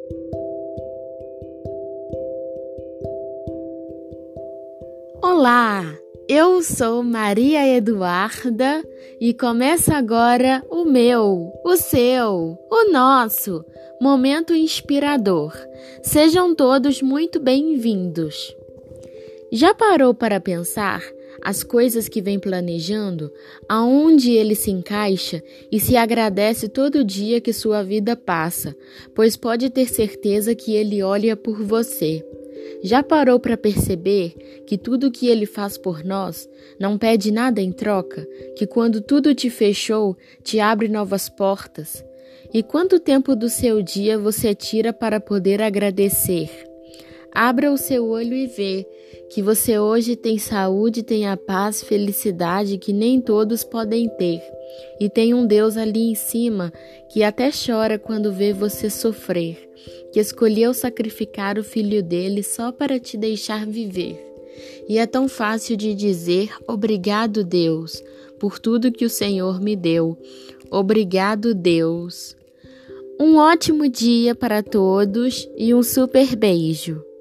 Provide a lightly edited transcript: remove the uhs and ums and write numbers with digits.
Olá, eu sou Maria Eduarda e começa agora o meu, o seu, o nosso Momento Inspirador. Sejam todos muito bem-vindos. Já parou para pensar as coisas que vem planejando, aonde ele se encaixa e se agradece todo dia que sua vida passa, pois pode ter certeza que ele olha por você. Já parou para perceber que tudo que ele faz por nós não pede nada em troca, que quando tudo te fechou, te abre novas portas? E quanto tempo do seu dia você tira para poder agradecer? Abra o seu olho e vê que você hoje tem saúde, tem a paz, felicidade que nem todos podem ter. E tem um Deus ali em cima que até chora quando vê você sofrer, que escolheu sacrificar o filho dele só para te deixar viver. E é tão fácil de dizer obrigado, Deus, por tudo que o Senhor me deu. Obrigado, Deus. Um ótimo dia para todos e um super beijo.